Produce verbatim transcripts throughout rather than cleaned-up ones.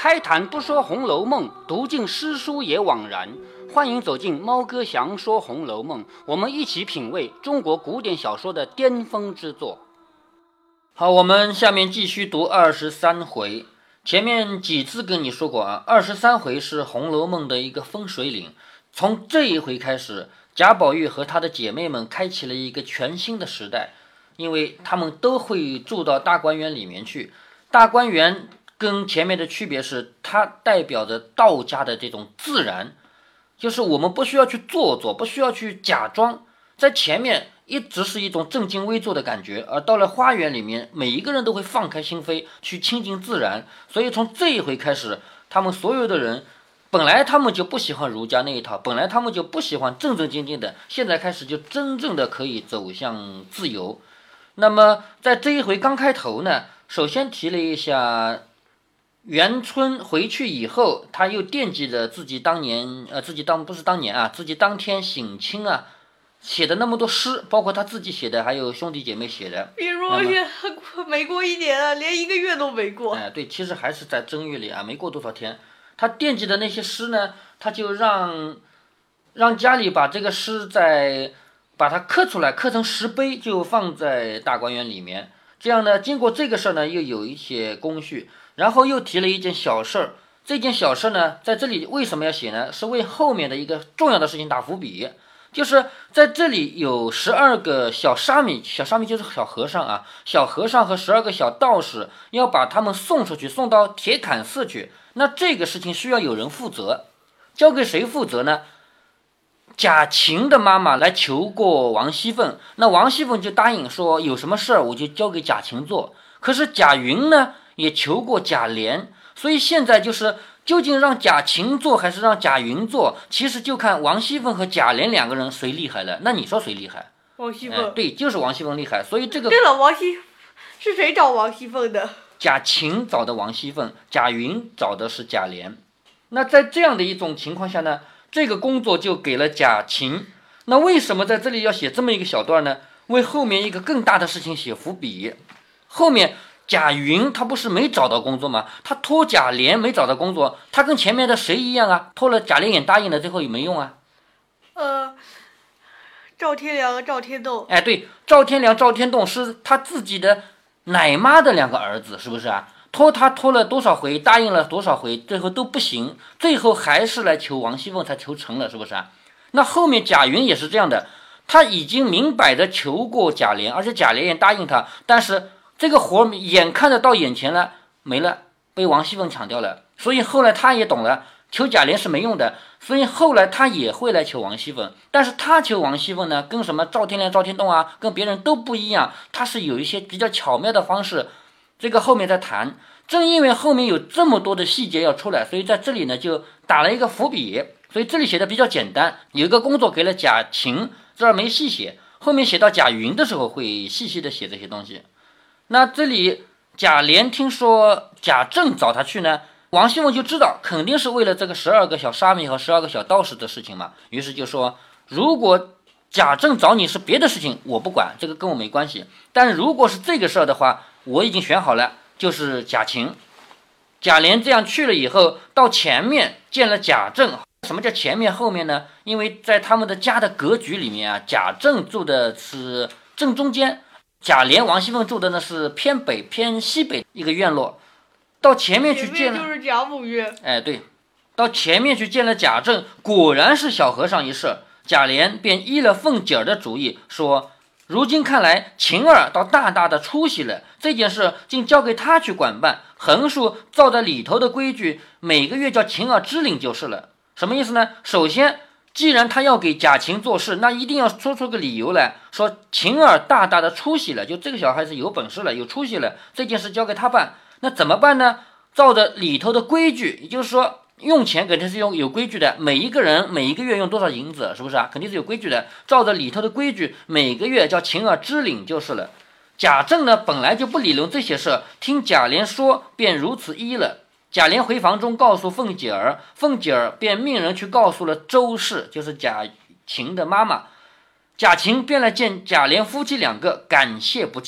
开坛不说《红楼梦》，读尽诗书也枉然。欢迎走进猫哥祥说《红楼梦》，我们一起品味中国古典小说的巅峰之作。好，我们下面继续读二十三回。前面几次跟你说过啊，二十三回是《红楼梦》的一个分水岭。从这一回开始，贾宝玉和他的姐妹们开启了一个全新的时代，因为他们都会住到大观园里面去。大观园跟前面的区别是，它代表着道家的这种自然，就是我们不需要去做作，不需要去假装，在前面一直是一种正襟危坐的感觉，而到了花园里面，每一个人都会放开心扉去亲近自然。所以从这一回开始，他们所有的人本来他们就不喜欢儒家那一套，本来他们就不喜欢正正经经的，现在开始就真正的可以走向自由。那么在这一回刚开头呢，首先提了一下元春回去以后，他又惦记着自己当年呃，自己当不是当年啊，自己当天省亲啊写的那么多诗，包括他自己写的，还有兄弟姐妹写的。 比如没过一年啊，连一个月都没过。 哎，对，其实还是在正月里啊，没过多少天。他惦记的那些诗呢，他就让让家里把这个诗再把它刻出来，刻成石碑，就放在大观园里面。这样呢，经过这个事儿呢，又有一些工序，然后又提了一件小事儿。这件小事呢，在这里为什么要写呢？是为后面的一个重要的事情打伏笔。就是在这里有十二个小沙弥，小沙弥就是小和尚啊，小和尚和十二个小道士要把他们送出去，送到铁槛寺去。那这个事情需要有人负责，交给谁负责呢？贾芹的妈妈来求过王熙凤，那王熙凤就答应说有什么事儿我就交给贾芹做。可是贾云呢也求过贾琏，所以现在就是究竟让贾芹做还是让贾云做，其实就看王熙凤和贾琏两个人谁厉害了。那你说谁厉害？ 王熙凤、 哎、对，就是王熙凤厉害。所以这个对了，王熙是谁找王熙凤的？ 贾芹找的王熙凤，贾云找的是贾琏。那在这样的一种情况下呢，这个工作就给了贾芹。那为什么在这里要写这么一个小段呢？为后面一个更大的事情写伏笔。后面贾云他不是没找到工作吗？他托贾琏没找到工作，他跟前面的谁一样啊？托了贾琏也答应了，最后也没用啊。 呃，赵天良、赵天栋。 哎，对，赵天良、赵天栋是他自己的奶妈的两个儿子，是不是啊？托他托了多少回，答应了多少回，最后都不行，最后还是来求王熙凤才求成了，是不是啊？那后面贾云也是这样的，他已经明摆着求过贾琏，而且贾琏也答应他，但是这个活眼看着到眼前了，没了，被王熙凤抢掉了。所以后来他也懂了，求贾琏是没用的，所以后来他也会来求王熙凤。但是他求王熙凤呢，跟什么赵天良、赵天栋啊，跟别人都不一样，他是有一些比较巧妙的方式，这个后面再谈。正因为后面有这么多的细节要出来，所以在这里呢就打了一个伏笔。所以这里写的比较简单，有一个工作给了贾芹，这儿没细写，后面写到贾云的时候会细细的写这些东西。那这里贾琏听说贾政找他去呢，王熙凤就知道肯定是为了这个十二个小沙弥和十二个小道士的事情嘛，于是就说如果贾政找你是别的事情我不管，这个跟我没关系，但如果是这个事儿的话，我已经选好了，就是贾芹。贾琏这样去了以后，到前面见了贾政。什么叫前面后面呢？因为在他们的家的格局里面啊，贾政住的是正中间，贾琏、王熙凤住的呢是偏北偏西北一个院落。到前面去见了， 前面就是贾母院。 哎，对，到前面去见了贾政，果然是小和尚一事。贾琏便依了凤姐儿的主意，说如今看来晴儿倒大大的出息了，这件事竟交给他去管办，横竖照着里头的规矩，每个月叫晴儿支领就是了。什么意思呢？首先既然他要给贾芹做事，那一定要说出个理由来，说晴儿大大的出息了，就这个小孩子有本事了，有出息了，这件事交给他办。那怎么办呢？照着里头的规矩，也就是说用钱肯定是用有规矩的，每一个人每一个月用多少银子，是不是啊？肯定是有规矩的，照着里头的规矩，每个月叫晴儿支领就是了。贾政呢本来就不理论这些事，听贾琏说便如此依了。贾琏回房中告诉凤姐儿，凤姐儿便命人去告诉了周氏，就是贾芹的妈妈。贾芹便来见贾琏夫妻两个，感谢不尽。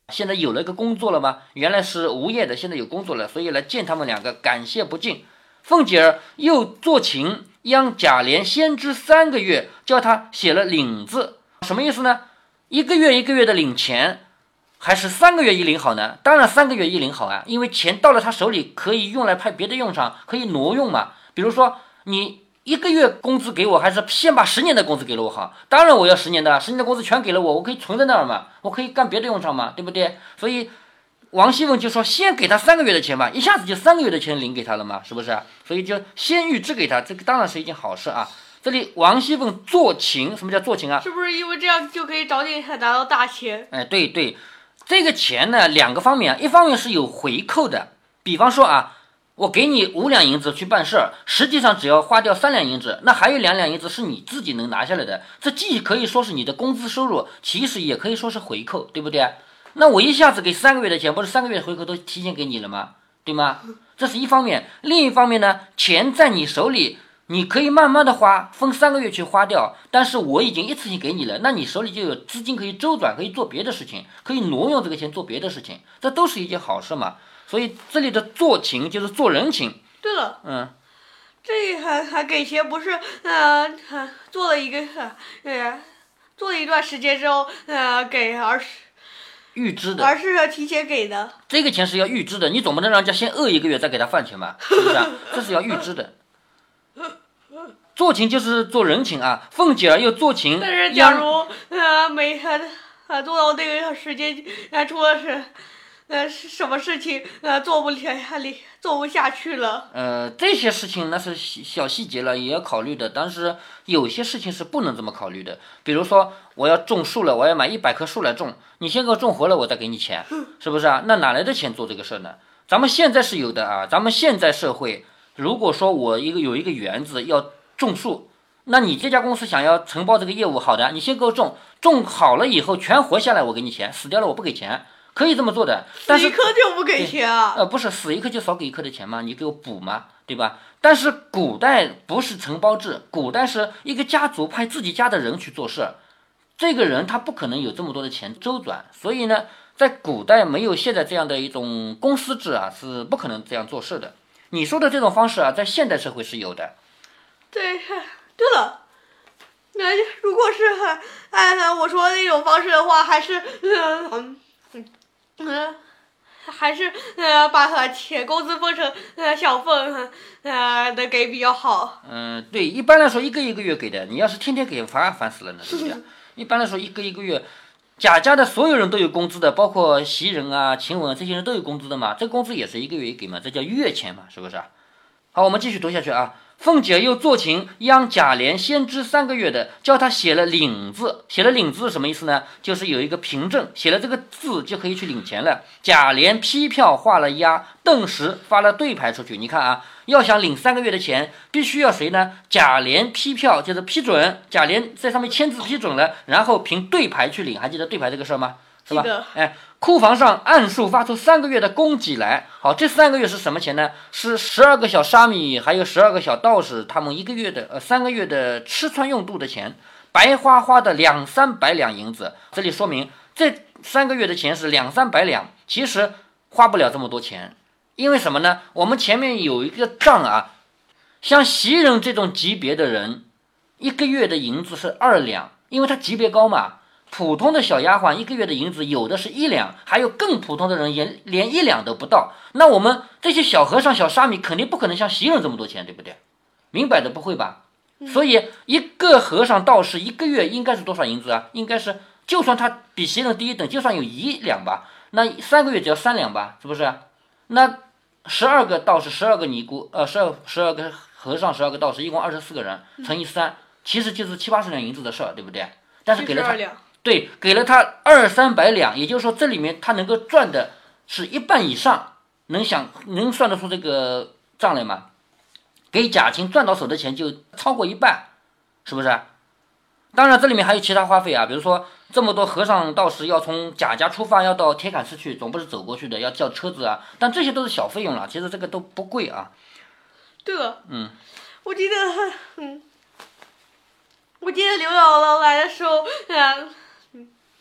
现在有了个工作了吗？原来是无业的，现在有工作了，所以来见他们两个，感谢不尽。凤姐儿又做情，央贾琏先知三个月，叫他写了领字，什么意思呢？一个月一个月的领钱，还是三个月一领好呢？当然三个月一领好啊，因为钱到了他手里，可以用来派别的用场，可以挪用嘛。比如说你一个月工资给我，还是先把十年的工资给了我好？当然我要十年的，十年的工资全给了我，我可以存在那儿嘛，我可以干别的用场嘛，对不对？所以王熙凤就说先给他三个月的钱吧，一下子就三个月的钱领给他了嘛，是不是？所以就先预支给他，这个当然是一件好事啊。这里王熙凤做情，什么叫做情啊？ 是不是因为这样就可以早点拿到大钱？ 哎，对对，这个钱呢，两个方面，一方面是有回扣的，比方说啊，我给你五两银子去办事儿，实际上只要花掉三两银子，那还有两两银子是你自己能拿下来的，这既可以说是你的工资收入，其实也可以说是回扣，对不对？那我一下子给三个月的钱，不是三个月的回扣都提前给你了吗？对吗？这是一方面。另一方面呢，钱在你手里，你可以慢慢的花，分三个月去花掉，但是我已经一次性给你了，那你手里就有资金可以周转，可以做别的事情，可以挪用这个钱做别的事情，这都是一件好事嘛。所以这里的做情就是做人情。 对了， 嗯， 这还还给钱不是呃做了一个呃做了一段时间之后呃给，而是预支的， 而是提前给的。 这个钱是要预支的，你总不能让人家先饿一个月再给他饭钱吧？是不是啊？这是要预支的。做情就是做人情啊，凤姐儿又做情。 但是假如呃没呃做到那个时间，呃出了是呃什么事情呃做不了做不下去了。 呃，这些事情那是小细节了，也要考虑的。但是有些事情是不能这么考虑的，比如说我要种树了，我要买一百棵树来种，你先给我种活了，我再给你钱，是不是啊？那哪来的钱做这个事呢？咱们现在是有的啊，咱们现在社会，如果说我一个有一个园子要种树，那你这家公司想要承包这个业务，好的，你先给我种，种好了以后全活下来我给你钱，死掉了我不给钱。可以这么做的，但是死一颗就不给钱啊？ 呃，不是死一颗就少给一颗的钱吗？你给我补嘛，对吧？但是古代不是承包制，古代是一个家族派自己家的人去做事，这个人他不可能有这么多的钱周转，所以呢，在古代没有现在这样的一种公司制啊，是不可能这样做事的。你说的这种方式啊，在现代社会是有的。 对，对了。那如果是按我说的那种方式的话，还是嗯嗯嗯，还是呃把钱工资分成呃小份呃的给比较好。 嗯，对，一般来说一个一个月给的，你要是天天给，烦烦死了呢，对不对？一般来说一个一个月，贾家的所有人都有工资的，包括袭人啊、晴雯这些人都有工资的嘛，这工资也是一个月一给嘛，这叫月钱嘛，是不是啊？好，我们继续读下去啊。凤姐又做情，央贾琏先知三个月的，叫他写了领字。写了领字是什么意思呢？就是有一个凭证，写了这个字就可以去领钱了。贾琏批票画了押，顿时发了对牌出去。你看啊，要想领三个月的钱，必须要谁呢？贾琏批票，就是批准，贾琏在上面签字批准了，然后凭对牌去领。还记得对牌这个事儿吗？是吧？哎，库房上按数发出三个月的供给来。好，这三个月是什么钱呢？是十二个小沙弥，还有十二个小道士，他们一个月的呃三个月的吃穿用度的钱，白花花的两三百两银子。这里说明这三个月的钱是两三百两，其实花不了这么多钱，因为什么呢？我们前面有一个账啊，像袭人这种级别的人，一个月的银子是二两，因为他级别高嘛。普通的小丫鬟一个月的银子有的是一两，还有更普通的人也连一两都不到。那我们这些小和尚小沙弥肯定不可能像袭人这么多钱，对不对？明摆着不会吧？所以一个和尚道士一个月应该是多少银子啊？应该是就算他比袭人低一等，就算有一两吧，那三个月只要三两吧，是不是？那十二个道士，十二个尼姑，呃，十二十二个和尚，十二个道士，一共二十四个人，乘以三，其实就是七八十两银子的事儿，对不对？但是给了他。对，给了他二三百两，也就是说这里面他能够赚的是一半以上，能想能算得出这个账来吗？给贾青赚到手的钱就超过一半，是不是？当然这里面还有其他花费啊，比如说这么多和尚道士要从贾家出发要到铁杆寺去，总不是走过去的，要叫车子啊，但这些都是小费用了，其实这个都不贵啊。 对了， 嗯， 我记得，嗯，我记得刘姥姥来的时候，嗯。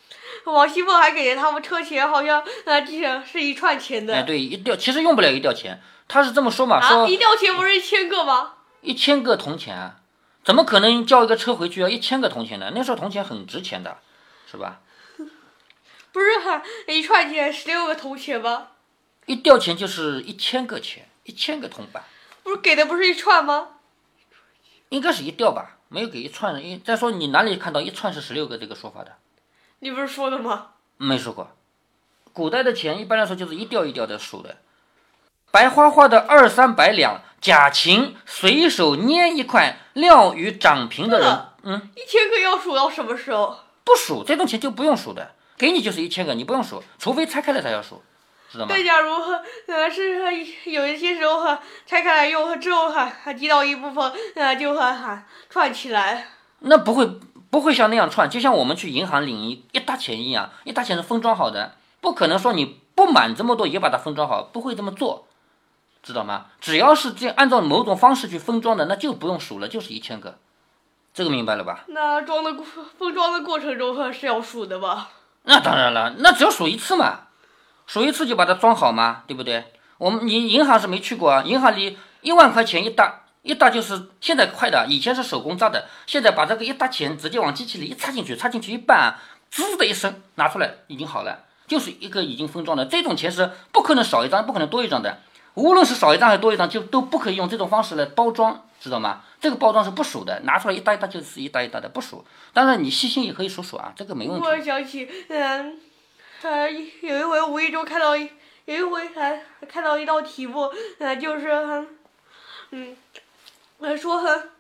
王熙凤还给他们车钱，好像呃这是一串钱的。 哎，对，一吊其实用不了一吊钱，他是这么说嘛， 啊， 说一吊钱不是一千个吗？ 一千个铜钱啊，怎么可能叫一个车回去要一千个铜钱呢？那时候铜钱很值钱的，是吧？ 不是哈，一串钱十六个铜钱吗？ 一吊钱就是一千个钱，一千个铜板。 不是给的不是一串吗？ 应该是一吊吧，没有给一串的。因再说你哪里看到一串是十六个这个说法的？ 你不是说的吗？ 没说过。古代的钱一般来说就是一吊一吊的数的。白花花的二三百两，贾芹随手拈一块，撂于掌平的人，嗯， 一千个要数到什么时候？ 不数这种钱就不用数的，给你就是一千个，你不用数，除非拆开了才要数，知道吗？ 对，假如呃是有一些时候哈拆开来用之后哈，滴到一部分呃就哈哈串起来。 那不会不会像那样串，就像我们去银行领一一大钱一样，一大钱是封装好的，不可能说你不满这么多也把它封装好，不会这么做，知道吗？只要是这样按照某种方式去封装的，那就不用数了，就是一千个，这个明白了吧？ 那装的过封装的过程中哈是要数的吧？ 那当然了，那只要数一次嘛，数一次就把它装好嘛，对不对？我们你银行是没去过啊，银行里一万块钱一沓，一沓就是现在快的，以前是手工扎的，现在把这个一沓钱直接往机器里一插进去，插进去一半，滋的一声拿出来已经好了，就是一个已经封装的。这种钱是不可能少一张，不可能多一张的，无论是少一张还是多一张，就都不可以用这种方式来包装，知道吗？这个包装是不数的，拿出来一沓一沓就是一沓一沓的，不数。当然你细心也可以数数啊，这个没问题。 我想起，嗯，呃，有一回无意中看到一，有一回还看到一道题目，呃，就是嗯，呃说很，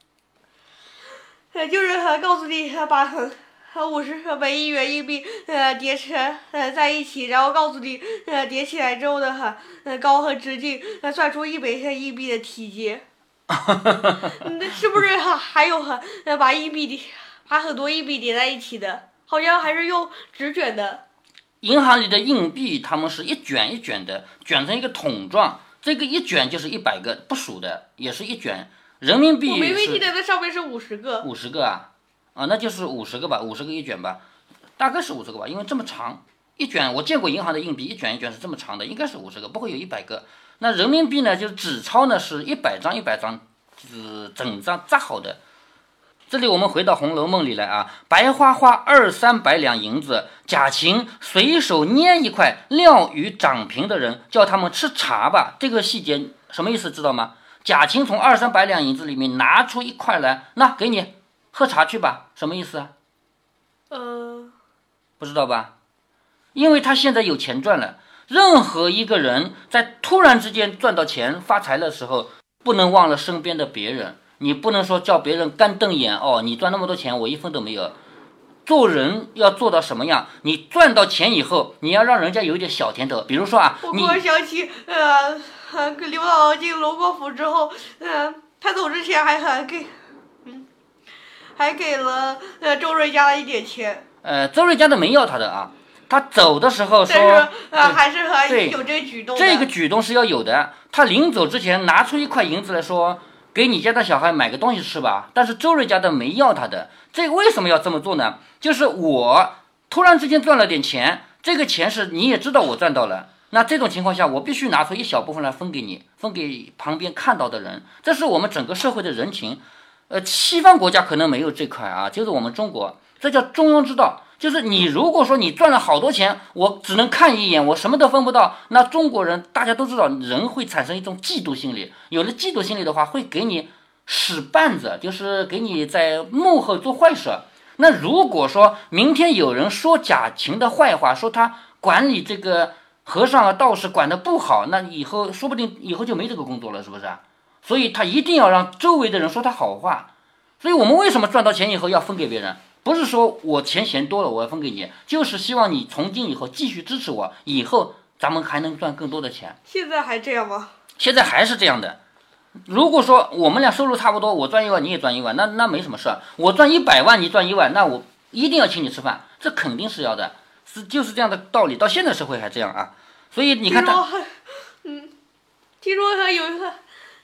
呃就是很告诉你把很。五十枚一元硬币，呃，叠起来，呃，在一起，然后告诉你，呃，叠起来之后的哈，呃，高和直径，呃，算出一枚硬币的体积。那是不是哈还有哈，呃，把硬币叠，把很多硬币叠在一起的？好像还是用纸卷的。 银行里的硬币，他们是一卷一卷的，卷成一个桶状，这个一卷就是一百个，不数的，也是一卷。人民币我明明记得那上面是五十个。 五十个啊。啊，那就是五十个吧，五十个一卷吧，大概是五十个吧，因为这么长一卷，我见过银行的硬币一卷一卷是这么长的，应该是五十个，不会有一百个。那人民币呢，就是纸钞呢是一百张一百张，就是整张扎好的。这里我们回到《红楼梦》里来啊，白花花二三百两银子，贾芹随手拈一块，撂于掌平的人，叫他们吃茶吧。这个细节什么意思知道吗？贾芹从二三百两银子里面拿出一块来，那给你。喝茶去吧，什么意思啊？ 呃， 不知道吧？因为他现在有钱赚了。任何一个人在突然之间赚到钱发财的时候，不能忘了身边的别人。你不能说叫别人干瞪眼哦，你赚那么多钱，我一分都没有。做人要做到什么样？你赚到钱以后，你要让人家有一点小甜头。比如说啊， 我你突然想起，呃，刘姥姥进荣国府之后，嗯、呃，他走之前还还给。还给了呃周瑞家的一点钱。 呃，周瑞家的没要他的啊，他走的时候说， 但是呃还是还有这个举动的。 这个举动是要有的。他临走之前拿出一块银子来说，给你家的小孩买个东西吃吧。但是周瑞家的没要他的，这个为什么要这么做呢？就是我突然之间赚了点钱，这个钱是你也知道我赚到了。那这种情况下，我必须拿出一小部分来分给你，分给旁边看到的人，这是我们整个社会的人情。呃，西方国家可能没有这块啊，就是我们中国，这叫中庸之道。就是你如果说你赚了好多钱，我只能看一眼，我什么都分不到，那中国人大家都知道，人会产生一种嫉妒心理。有了嫉妒心理的话，会给你使绊子，就是给你在幕后做坏事。那如果说明天有人说贾芹的坏话，说他管理这个和尚啊道士管得不好，那以后说不定以后就没这个工作了，是不是啊？所以他一定要让周围的人说他好话。所以我们为什么赚到钱以后要分给别人？不是说我钱嫌多了我要分给你，就是希望你从今以后继续支持我，以后咱们还能赚更多的钱。 现在还这样吗？ 现在还是这样的。如果说我们俩收入差不多，我赚一万你也赚一万，那那没什么事。我赚一百万你赚一万，那我一定要请你吃饭，这肯定是要的，是就是这样的道理。到现在社会还这样啊。所以你看他， 嗯，听说还有一个。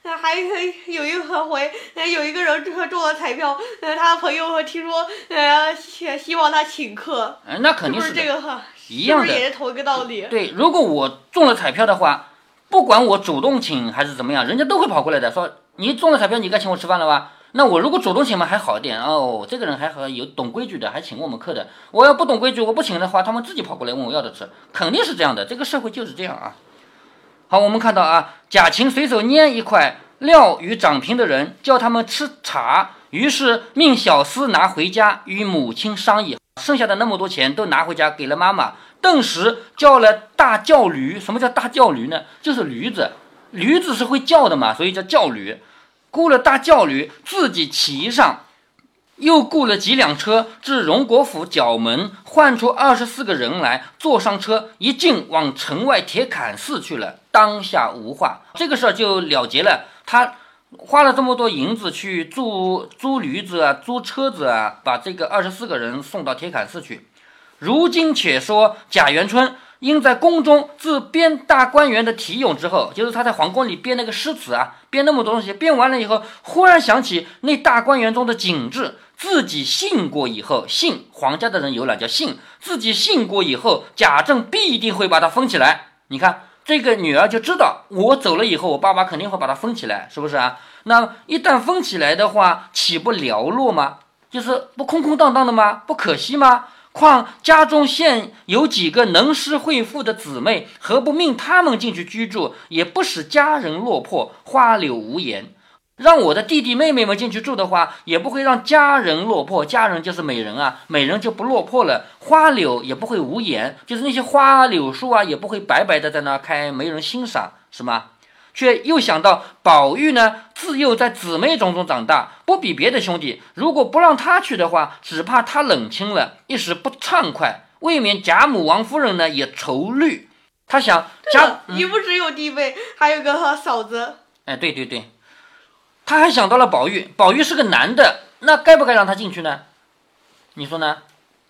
呃还有一回，呃有一个人中中了彩票，呃他的朋友听说，呃希希望他请客， 嗯，那肯定是是不是这个一样的， 是不是也是同一个道理？ 对，如果我中了彩票的话，不管我主动请还是怎么样，人家都会跑过来的，说你中了彩票，你该请我吃饭了吧？那我如果主动请嘛，还好一点哦，这个人还好，有懂规矩的，还请我们客的。我要不懂规矩，我不请的话，他们自己跑过来问我要的吃，肯定是这样的，这个社会就是这样啊。好，我们看到啊，贾芹随手拈一块料与长平的人，叫他们吃茶，于是命小厮拿回家与母亲商议，剩下的那么多钱都拿回家给了妈妈。顿时叫了大叫驴，什么叫大叫驴呢？就是驴子，驴子是会叫的嘛，所以叫叫驴。雇了大轿驴，自己骑上，又雇了几辆车至荣国府角门，唤出二十四个人来，坐上车，一径往城外铁槛寺去了。当下无话，这个事儿就了结了。他花了这么多银子去租租驴子啊，租车子啊，把这个二十四个人送到铁槛寺去。如今且说贾元春因在宫中自编大观园的题咏之后，就是他在皇宫里编那个诗词啊，编那么多东西，编完了以后，忽然想起那大观园中的景致，自己信过以后，信皇家的人有览叫信，自己信过以后，贾政必定会把他封起来。你看这个女儿就知道，我走了以后，我爸爸肯定会把他封起来，是不是啊？那一旦封起来的话，岂不寥落吗？就是不空空荡荡的吗？不可惜吗？况家中现有几个能诗会赋的姊妹，何不命他们进去居住，也不使家人落魄，花柳无言。让我的弟弟妹妹们进去住的话，也不会让家人落魄，家人就是美人啊，美人就不落魄了。花柳也不会无言，就是那些花柳树啊，也不会白白的在那开，没人欣赏，是吗？却又想到宝玉呢，自幼在姊妹中中长大，不比别的兄弟，如果不让他去的话，只怕他冷清了，一时不畅快，未免贾母王夫人呢也愁虑。他想贾、 嗯、你不只有弟妹，还有个嫂子。 哎，对对对，他还想到了宝玉，宝玉是个男的，那该不该让他进去呢？你说呢？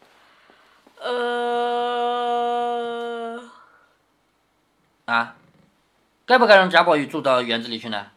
呃， 啊？该不该让贾宝玉住到园子里去呢？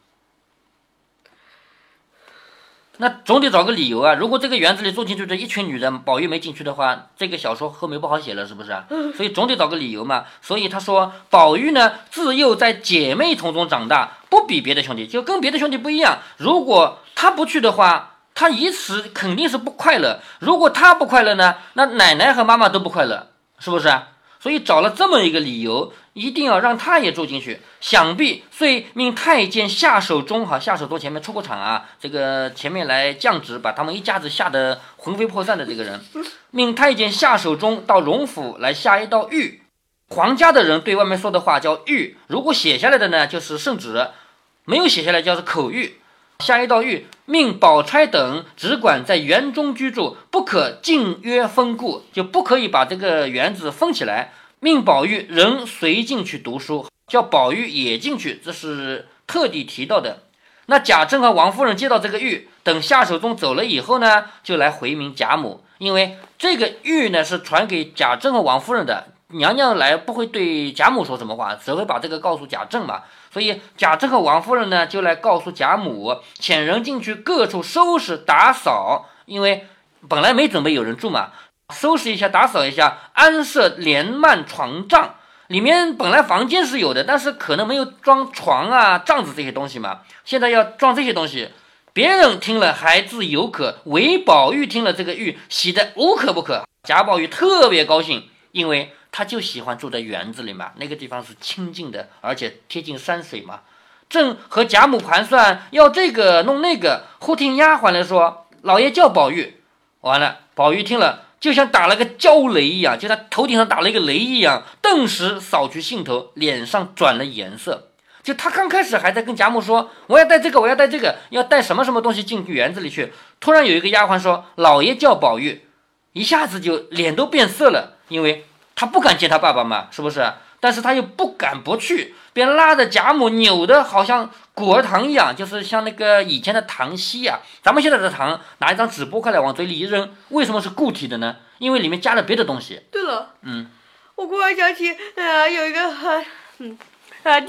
那总得找个理由啊！如果这个园子里住进去的一群女的，宝玉没进去的话，这个小说后面不好写了，是不是啊？所以总得找个理由嘛。所以他说，宝玉呢，自幼在姐妹丛中长大，不比别的兄弟，就跟别的兄弟不一样。如果他不去的话，他以此肯定是不快乐。如果他不快乐呢，那奶奶和妈妈都不快乐，是不是啊？所以找了这么一个理由，一定要让他也住进去。想必遂命太监夏守忠，哈，夏守忠前面出过场啊，这个前面来降旨，把他们一家子吓得魂飞魄散的这个人，命太监夏守忠到荣府来下一道谕。皇家的人对外面说的话叫谕，如果写下来的呢，就是圣旨；没有写下来叫是口谕。下一道谕，命宝钗等只管在园中居住，不可禁约封固，就不可以把这个园子封起来。命宝玉仍随进去读书，叫宝玉也进去，这是特地提到的。那贾政和王夫人接到这个谕，等夏守忠走了以后呢，就来回明贾母，因为这个谕呢是传给贾政和王夫人的，娘娘来不会对贾母说什么话，只会把这个告诉贾政嘛。所以贾政和王夫人呢就来告诉贾母，遣人进去各处收拾打扫，因为本来没准备有人住嘛，收拾一下打扫一下，安设帘幔床帐。里面本来房间是有的，但是可能没有装床啊帐子这些东西嘛，现在要装这些东西。别人听了还自有可，唯宝玉听了这个谕，喜得无可不可。贾宝玉特别高兴，因为他就喜欢住在园子里嘛，那个地方是清静的，而且贴近山水嘛。正和贾母盘算要这个弄那个，忽听丫鬟来说，老爷叫宝玉。完了，宝玉听了就像打了个焦雷一样，就像头顶上打了一个雷一样，顿时扫去兴头，脸上转了颜色。就他刚开始还在跟贾母说，我要带这个，我要带这个，要带什么什么东西进园子里去。突然有一个丫鬟说，老爷叫宝玉，一下子就脸都变色了，因为他不敢见他爸爸嘛，是不是？但是他又不敢不去，便拉着贾母扭的好像果儿糖一样，就是像那个以前的糖稀啊。咱们现在的糖，拿一张纸剥开来往嘴里一扔，为什么是固体的呢？因为里面加了别的东西。 对了， 嗯， 我忽然想起，呃，有一个，呃、嗯，呃，弟，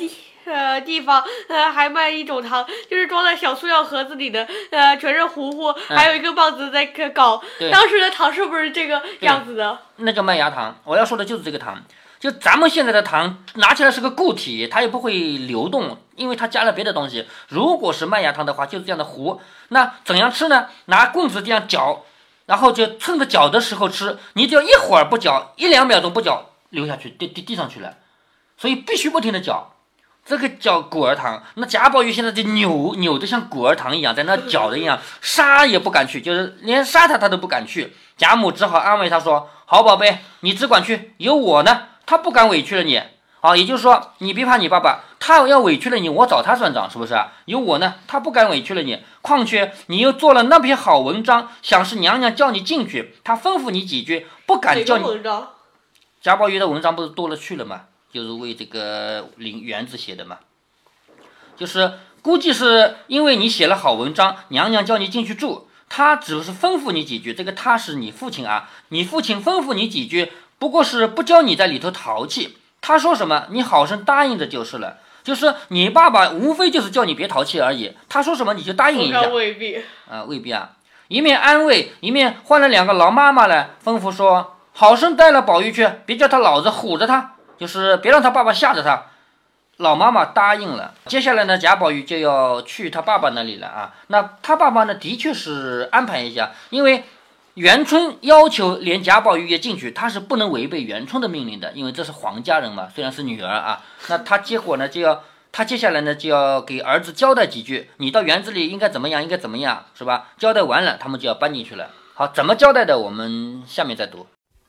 呃地方，呃还卖一种糖，就是装在小塑料盒子里的，呃全是糊糊，还有一个棒子在搞。当时的糖是不是这个样子的？ 那叫麦芽糖。我要说的就是这个糖。就咱们现在的糖拿起来是个固体，它也不会流动，因为它加了别的东西。如果是麦芽糖的话，就是这样的糊。那怎样吃呢？拿棍子这样搅，然后就趁着搅的时候吃。你只要一会儿不搅，一两秒钟不搅，流下去地地地上去了。所以必须不停的搅，这个叫果儿糖。那贾宝玉现在就扭扭的像果儿糖一样，在那搅的一样，杀也不敢去，就是连杀他他都不敢去。贾母只好安慰他说：“好宝贝，你只管去，有我呢。”他不敢委屈了你啊，也就是说，你别怕你爸爸，他要委屈了你，我找他算账，是不是啊？有我呢，他不敢委屈了你。况且你又做了那篇好文章，想是娘娘叫你进去，他吩咐你几句，不敢叫你。 文章？ 贾宝玉的文章不是多了去了吗？就是为这个林园子写的嘛。就是估计是因为你写了好文章，娘娘叫你进去住，他只是吩咐你几句。这个他是你父亲啊，你父亲吩咐你几句。不过是不教你在里头淘气，他说什么你好生答应着就是了。就是你爸爸无非就是叫你别淘气而已，他说什么你就答应一下。 未必啊、 呃，未必啊。一面安慰，一面换了两个老妈妈来吩咐说，好生带了宝玉去，别叫他老子唬着他，就是别让他爸爸吓着他。老妈妈答应了。接下来呢，贾宝玉就要去他爸爸那里了啊。那他爸爸呢，的确是安排一下，因为元春要求连贾宝玉也进去，他是不能违背元春的命令的，因为这是皇家人嘛，虽然是女儿啊。那他结果呢，就要他接下来呢就要给儿子交代几句，你到园子里应该怎么样，应该怎么样，是吧？交代完了，他们就要搬进去了。好，怎么交代的，我们下面再读。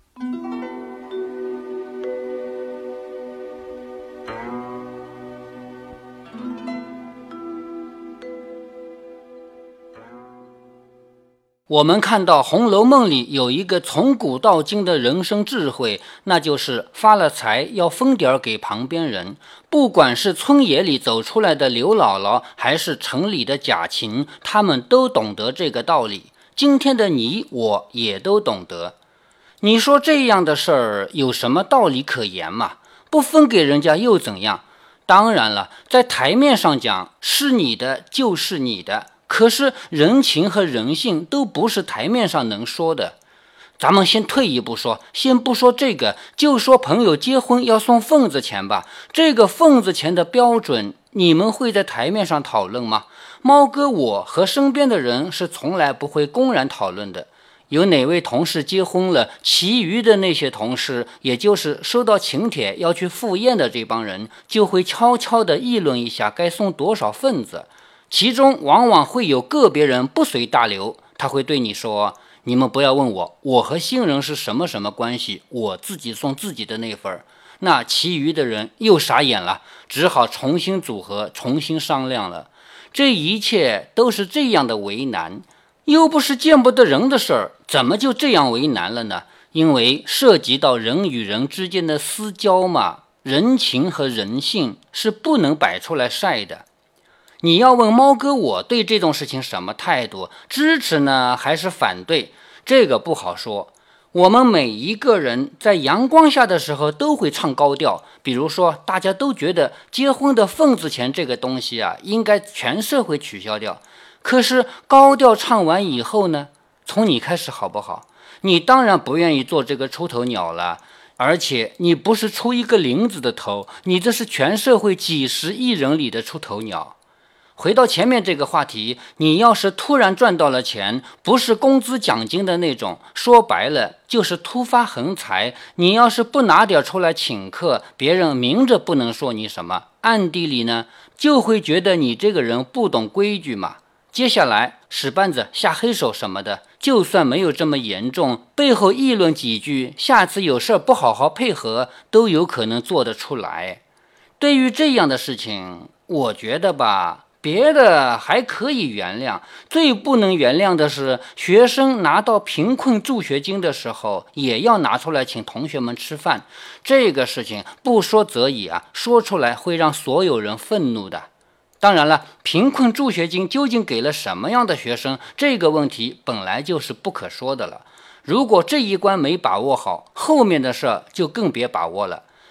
我们看到《红楼梦》里有一个从古到今的人生智慧，那就是发了财要分点给旁边人。不管是村野里走出来的刘姥姥，还是城里的贾芹，他们都懂得这个道理。今天的你我也都懂得。你说这样的事儿有什么道理可言嘛？不分给人家又怎样？当然了，在台面上讲，是你的就是你的。可是人情和人性都不是台面上能说的。咱们先退一步说，先不说这个，就说朋友结婚要送份子钱吧。这个份子钱的标准，你们会在台面上讨论吗？猫哥我和身边的人是从来不会公然讨论的。有哪位同事结婚了，其余的那些同事，也就是收到请帖要去赴宴的这帮人，就会悄悄地议论一下该送多少份子。其中往往会有个别人不随大流，他会对你说，你们不要问我，我和新人是什么什么关系，我自己送自己的那份。那其余的人又傻眼了，只好重新组合，重新商量了。这一切都是这样的为难，又不是见不得人的事儿，怎么就这样为难了呢？因为涉及到人与人之间的私交嘛，人情和人性是不能摆出来晒的。你要问猫哥我对这种事情什么态度，支持呢还是反对，这个不好说。我们每一个人在阳光下的时候都会唱高调，比如说大家都觉得结婚的份子钱这个东西啊，应该全社会取消掉。可是高调唱完以后呢，从你开始好不好？你当然不愿意做这个出头鸟了，而且你不是出一个林子的头，你这是全社会几十亿人里的出头鸟。回到前面这个话题，你要是突然赚到了钱，不是工资奖金的那种，说白了就是突发横财，你要是不拿点出来请客，别人明着不能说你什么，暗地里呢就会觉得你这个人不懂规矩嘛。接下来使绊子下黑手什么的，就算没有这么严重，背后议论几句，下次有事不好好配合，都有可能做得出来。对于这样的事情，我觉得吧，别的还可以原谅，最不能原谅的是学生拿到贫困助学金的时候也要拿出来请同学们吃饭。这个事情不说则已啊，说出来会让所有人愤怒的。当然了，贫困助学金究竟给了什么样的学生，这个问题本来就是不可说的了。如果这一关没把握好，后面的事就更别把握了。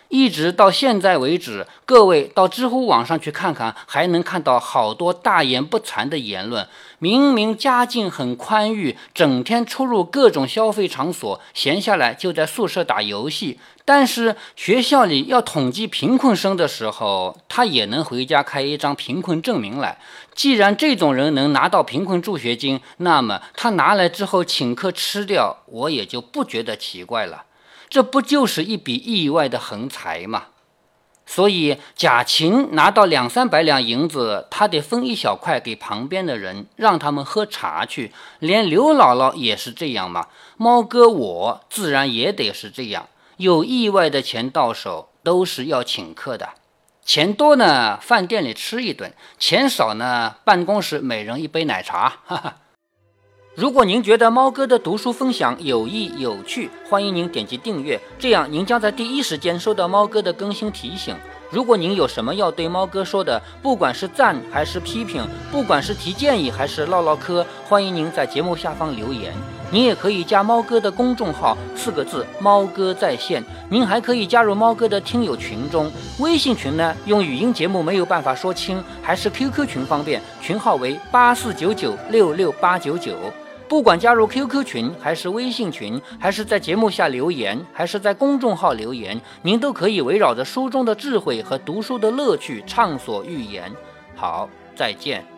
一直到现在为止，各位到知乎网上去看看，还能看到好多大言不惭的言论。明明家境很宽裕，整天出入各种消费场所，闲下来就在宿舍打游戏，但是学校里要统计贫困生的时候，他也能回家开一张贫困证明来。既然这种人能拿到贫困助学金，那么他拿来之后请客吃掉，我也就不觉得奇怪了。这不就是一笔意外的横财吗？所以贾琴拿到两三百两银子，他得分一小块给旁边的人，让他们喝茶去。连刘姥姥也是这样嘛，猫哥我自然也得是这样。有意外的钱到手，都是要请客的。钱多呢，饭店里吃一顿；钱少呢，办公室每人一杯奶茶。哈哈。如果您觉得猫哥的读书分享有益有趣，欢迎您点击订阅，这样您将在第一时间收到猫哥的更新提醒。如果您有什么要对猫哥说的，不管是赞还是批评，不管是提建议还是唠唠嗑，欢迎您在节目下方留言。您也可以加猫哥的公众号，四个字猫哥在线。您还可以加入猫哥的听友群中，微信群呢用语音节目没有办法说清，还是 Q Q 群方便，群号为八四九九六六八九九。不管加入 Q Q 群还是微信群，还是在节目下留言，还是在公众号留言，您都可以围绕着书中的智慧和读书的乐趣畅所欲言。好，再见。